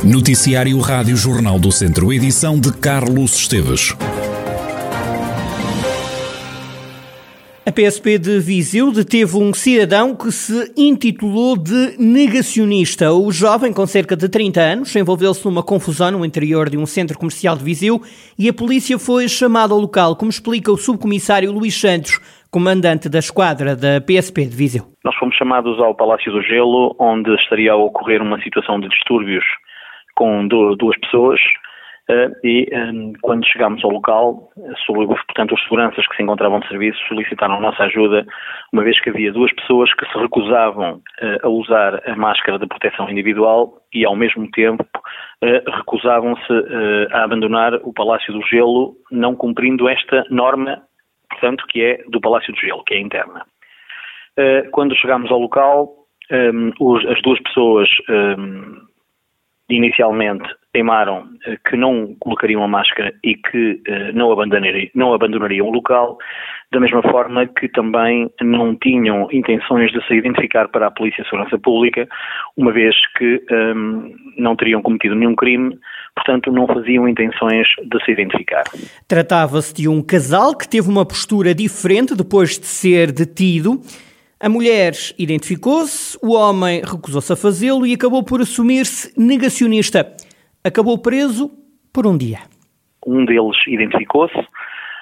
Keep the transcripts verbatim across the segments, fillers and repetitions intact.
Noticiário Rádio Jornal do Centro, edição de Carlos Esteves. A P S P de Viseu deteve um cidadão que se intitulou de negacionista. O jovem, com cerca de trinta anos, envolveu-se numa confusão no interior de um centro comercial de Viseu e a polícia foi chamada ao local, como explica o subcomissário Luís Santos, comandante da esquadra da P S P de Viseu. Nós fomos chamados ao Palácio do Gelo, onde estaria a ocorrer uma situação de distúrbios com duas pessoas. Uh, e um, quando chegámos ao local, portanto os seguranças que se encontravam de serviço solicitaram a nossa ajuda, uma vez que havia duas pessoas que se recusavam uh, a usar a máscara de proteção individual e ao mesmo tempo uh, recusavam-se uh, a abandonar o Palácio do Gelo, não cumprindo esta norma, portanto, que é do Palácio do Gelo, que é interna. Uh, quando chegámos ao local, um, os, as duas pessoas um, inicialmente teimaram uh, que não colocariam a máscara e que uh, não, abandonariam, não abandonariam o local, da mesma forma que também não tinham intenções de se identificar para a Polícia de Segurança Pública, uma vez que um, não teriam cometido nenhum crime, portanto não faziam intenções de se identificar. Tratava-se de um casal que teve uma postura diferente depois de ser detido. A mulher identificou-se, o homem recusou-se a fazê-lo e acabou por assumir-se negacionista. Acabou preso por um dia. Um deles identificou-se, uh,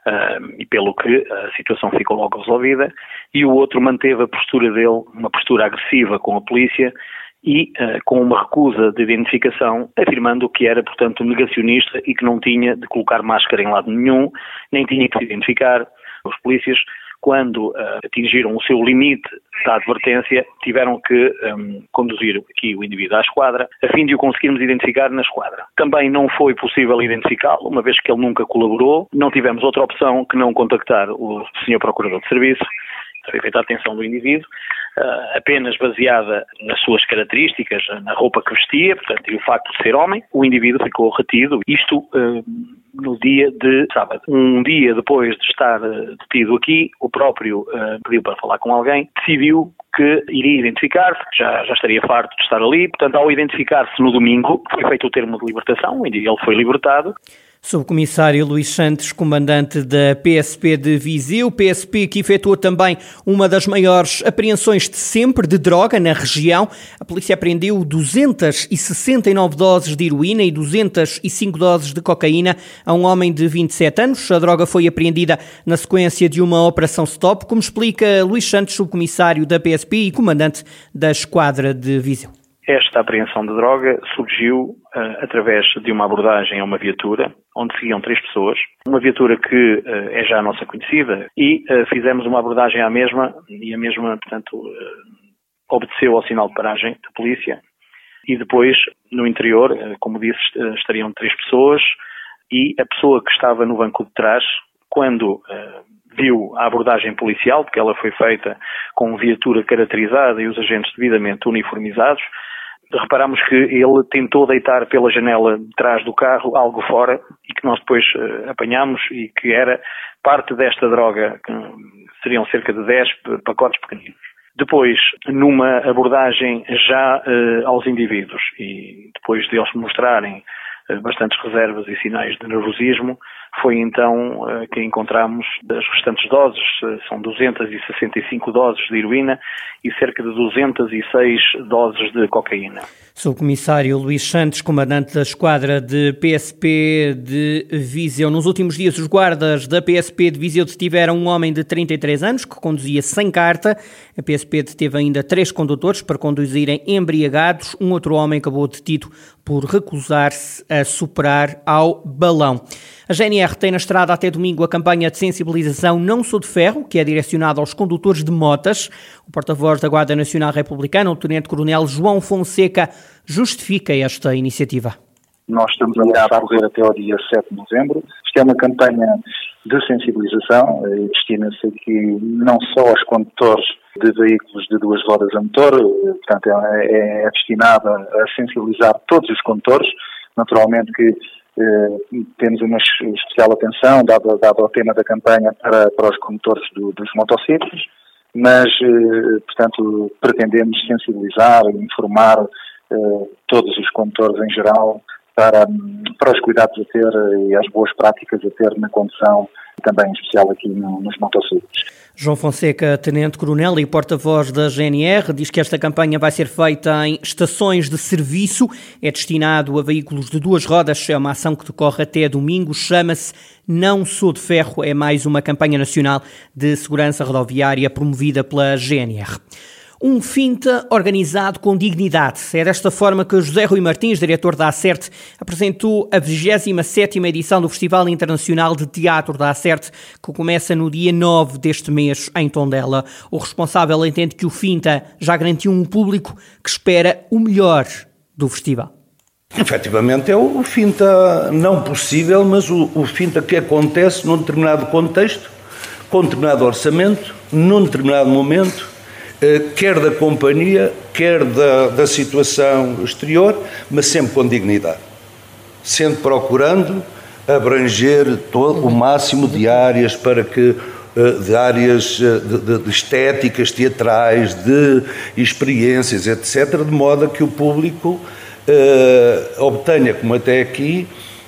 e pelo que a situação ficou logo resolvida, e o outro manteve a postura dele, uma postura agressiva com a polícia e uh, com uma recusa de identificação, afirmando que era, portanto, negacionista e que não tinha de colocar máscara em lado nenhum, nem tinha que se identificar. Os polícias, quando uh, atingiram o seu limite da advertência, tiveram que um, conduzir aqui o indivíduo à esquadra, a fim de o conseguirmos identificar na esquadra. Também não foi possível identificá-lo, uma vez que ele nunca colaborou. Não tivemos outra opção que não contactar o senhor Procurador de Serviço. Foi feita a detenção do indivíduo, uh, apenas baseada nas suas características, na roupa que vestia, portanto, e o facto de ser homem. O indivíduo ficou retido, isto uh, no dia de sábado. Um dia depois de estar uh, detido aqui, o próprio uh, pediu para falar com alguém, decidiu que iria identificar-se, já, já estaria farto de estar ali, portanto, ao identificar-se no domingo, foi feito o termo de libertação, e ele foi libertado. Subcomissário Luís Santos, comandante da P S P de Viseu, P S P que efetuou também uma das maiores apreensões de sempre de droga na região. A polícia apreendeu duzentas e sessenta e nove doses de heroína e duzentas e cinco doses de cocaína a um homem de vinte e sete anos. A droga foi apreendida na sequência de uma operação stop, como explica Luís Santos, subcomissário da P S P e comandante da esquadra de Viseu. Esta apreensão de droga surgiu uh, através de uma abordagem a uma viatura, onde seguiam três pessoas, uma viatura que uh, é já nossa conhecida, e uh, fizemos uma abordagem à mesma, e a mesma, portanto, uh, obedeceu ao sinal de paragem da polícia, e depois, no interior, uh, como disse, uh, estariam três pessoas, e a pessoa que estava no banco de trás, quando uh, viu a abordagem policial, porque ela foi feita com viatura caracterizada e os agentes devidamente uniformizados, reparámos que ele tentou deitar pela janela de trás do carro algo fora e que nós depois uh, apanhámos e que era parte desta droga, que seriam cerca de dez pacotes pequeninos. Depois, numa abordagem já uh, aos indivíduos e depois de eles mostrarem uh, bastantes reservas e sinais de nervosismo, foi então uh, que encontramos as restantes doses, uh, são duzentas e sessenta e cinco doses de heroína e cerca de duzentas e seis doses de cocaína. Subcomissário Luís Santos, comandante da esquadra de P S P de Viseu. Nos últimos dias, os guardas da P S P de Viseu detiveram um homem de trinta e três anos que conduzia sem carta. A P S P deteve ainda três condutores para conduzirem embriagados. Um outro homem acabou detido por recusar-se a superar ao balão. A G N R tem na estrada até domingo a campanha de sensibilização Não Sou de Ferro, que é direcionada aos condutores de motas. O porta-voz da Guarda Nacional Republicana, o Tenente-Coronel João Fonseca, justifica esta iniciativa. Nós estamos a lançar correr até ao dia sete de novembro. Isto é uma campanha de sensibilização, destina-se aqui não só aos condutores de veículos de duas rodas a motor, portanto é, é destinada a sensibilizar todos os condutores. Naturalmente que eh, temos uma especial atenção, dado, dado ao tema da campanha, para, para os condutores do, dos motociclos, mas, eh, portanto, pretendemos sensibilizar, informar todos os condutores em geral para, para os cuidados a ter e as boas práticas a ter na condução, também em especial aqui no, nos motociclos. João Fonseca, tenente-coronel e porta-voz da G N R, diz que esta campanha vai ser feita em estações de serviço, é destinado a veículos de duas rodas, é uma ação que decorre até domingo, chama-se Não Sou de Ferro, é mais uma campanha nacional de segurança rodoviária promovida pela G N R. Um finta organizado com dignidade. É desta forma que José Rui Martins, diretor da Acerte, apresentou a vigésima sétima edição do Festival Internacional de Teatro da Acerte, que começa no dia nove deste mês em Tondela. O responsável entende que o finta já garantiu um público que espera o melhor do festival. Efetivamente é o finta não possível, mas o, o finta que acontece num determinado contexto, com um determinado orçamento, num determinado momento, quer da companhia, quer da, da situação exterior, mas sempre com dignidade. Sempre procurando abranger todo o máximo de áreas para que, de áreas de, de, de estéticas, teatrais, de experiências, etcétera, de modo a que o público eh, obtenha, como até aqui,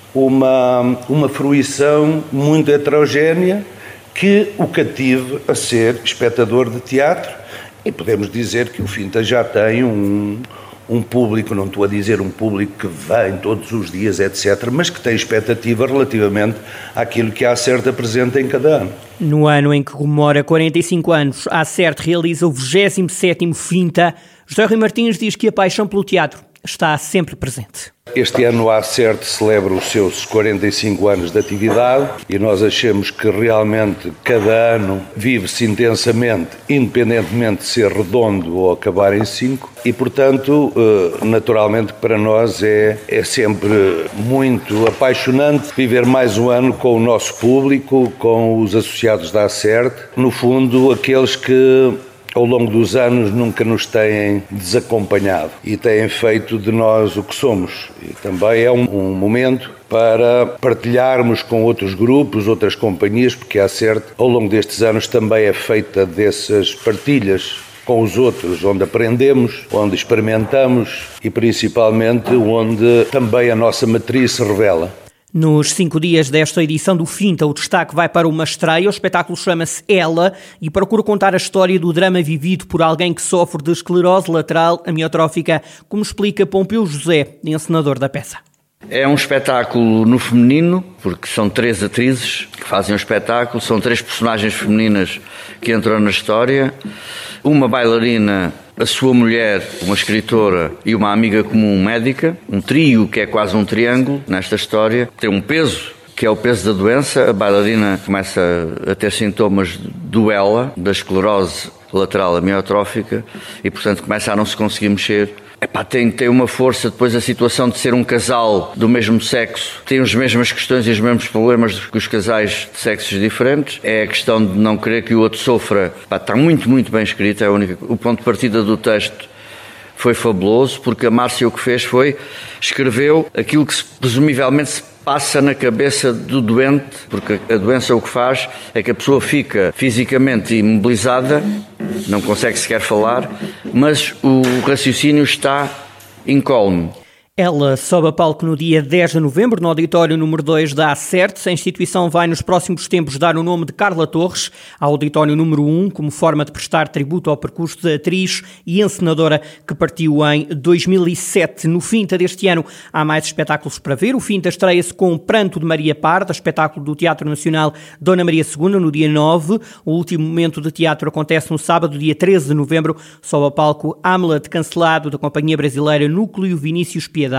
uma, uma fruição muito heterogénea que o cative a ser espectador de teatro. E podemos dizer que o finta já tem um, um público, não estou a dizer um público que vem todos os dias, etcétera, mas que tem expectativa relativamente àquilo que a Acerte apresenta em cada ano. No ano em que comemora quarenta e cinco anos, a Acerte realiza o vigésimo sétimo finta. José Rui Martins diz que a paixão pelo teatro está sempre presente. Este ano a Acerte celebra os seus quarenta e cinco anos de atividade e nós achamos que realmente cada ano vive-se intensamente, independentemente de ser redondo ou acabar em cinco, e portanto, naturalmente para nós é, é sempre muito apaixonante viver mais um ano com o nosso público, com os associados da Acerte, no fundo aqueles que ao longo dos anos nunca nos têm desacompanhado e têm feito de nós o que somos. E também é um, um momento para partilharmos com outros grupos, outras companhias, porque a Acerte ao longo destes anos também é feita dessas partilhas com os outros, onde aprendemos, onde experimentamos e principalmente onde também a nossa matriz se revela. Nos cinco dias desta edição do finta, o destaque vai para uma estreia. O espetáculo chama-se Ela e procura contar a história do drama vivido por alguém que sofre de esclerose lateral amiotrófica, como explica Pompeu José, encenador da peça. É um espetáculo no feminino, porque são três atrizes que fazem o espetáculo, são três personagens femininas que entram na história, uma bailarina, a sua mulher, uma escritora e uma amiga comum médica, um trio que é quase um triângulo nesta história, tem um peso, que é o peso da doença. A bailarina começa a ter sintomas do E L A, da esclerose lateral amiotrófica, e portanto começa a não se conseguir mexer. Epá, tem, tem uma força, depois a situação de ser um casal do mesmo sexo, tem as mesmas questões e os mesmos problemas que os casais de sexos diferentes. É a questão de não querer que o outro sofra. Epá, está muito, muito bem escrito. É a única, o ponto de partida do texto foi fabuloso, porque a Márcia o que fez foi, escreveu aquilo que se, presumivelmente se passa na cabeça do doente, porque a doença o que faz é que a pessoa fica fisicamente imobilizada, não consegue sequer falar, mas o raciocínio está incólume. Ela sobe a palco no dia dez de novembro, no auditório número dois da Acerte. A instituição vai nos próximos tempos dar o nome de Carla Torres ao auditório número um, como forma de prestar tributo ao percurso da atriz e encenadora que partiu em dois mil e sete. No finta deste ano há mais espetáculos para ver. O finta estreia-se com Pranto de Maria Parda, espetáculo do Teatro Nacional Dona Maria segunda, no dia nove. O último momento de teatro acontece no sábado, dia treze de novembro. Sobe a palco Hamlet, cancelado, da companhia brasileira Núcleo Vinícius Piedade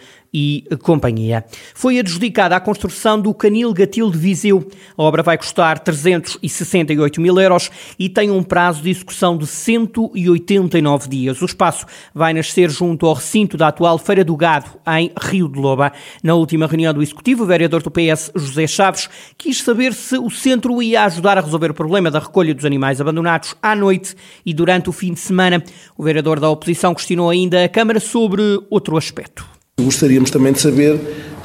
e companhia. Foi adjudicada a construção do Canil Gatil de Viseu. A obra vai custar trezentos e sessenta e oito mil euros e tem um prazo de execução de cento e oitenta e nove dias. O espaço vai nascer junto ao recinto da atual Feira do Gado, em Rio de Loba. Na última reunião do Executivo, o vereador do P S, José Chaves, quis saber se o centro ia ajudar a resolver o problema da recolha dos animais abandonados à noite e durante o fim de semana. O vereador da oposição questionou ainda a Câmara sobre outro aspecto. Gostaríamos também de saber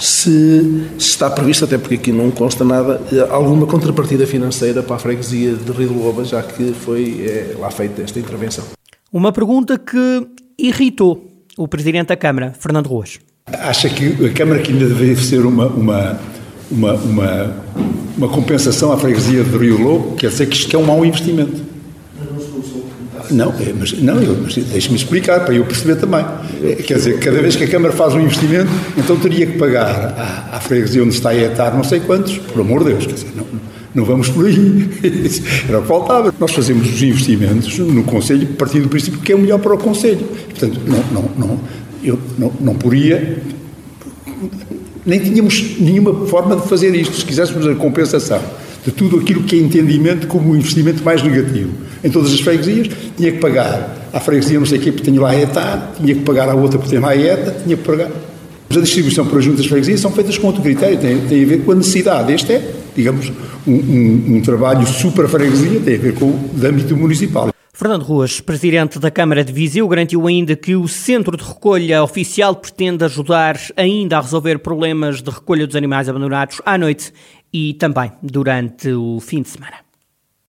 se, se está previsto, até porque aqui não consta nada, alguma contrapartida financeira para a freguesia de Rio de Loba, já que foi é, lá feita esta intervenção. Uma pergunta que irritou o Presidente da Câmara, Fernando Ruas. Acha que a Câmara que ainda deveria ser uma, uma, uma, uma, uma compensação à freguesia de Rio Lobo, quer dizer que isto é um mau investimento. Não, é, mas, não mas deixe-me explicar, para eu perceber também. É, quer dizer, cada vez que a Câmara faz um investimento, então teria que pagar à, à freguesia onde está a etar não sei quantos, por amor de Deus, quer dizer, não, não vamos por aí. Era o que faltava. Nós fazemos os investimentos no Conselho, partindo do princípio que é o melhor para o Conselho. Portanto, não, não, não, eu não, não poderia... Nem tínhamos nenhuma forma de fazer isto, se quiséssemos a compensação de tudo aquilo que é entendimento como o investimento mais negativo. Em todas as freguesias, tinha que pagar à freguesia não sei o quê, porque tenho lá a ETA, tinha que pagar à outra porque tem lá a ETA, tinha que pagar. Mas a distribuição para as juntas de freguesias são feitas com outro critério, tem, tem a ver com a necessidade. Este é, digamos, um, um, um trabalho super-freguesia, tem a ver com o de âmbito municipal. Fernando Ruas, Presidente da Câmara de Viseu, garantiu ainda que o Centro de Recolha Oficial pretende ajudar ainda a resolver problemas de recolha dos animais abandonados à noite e também durante o fim de semana.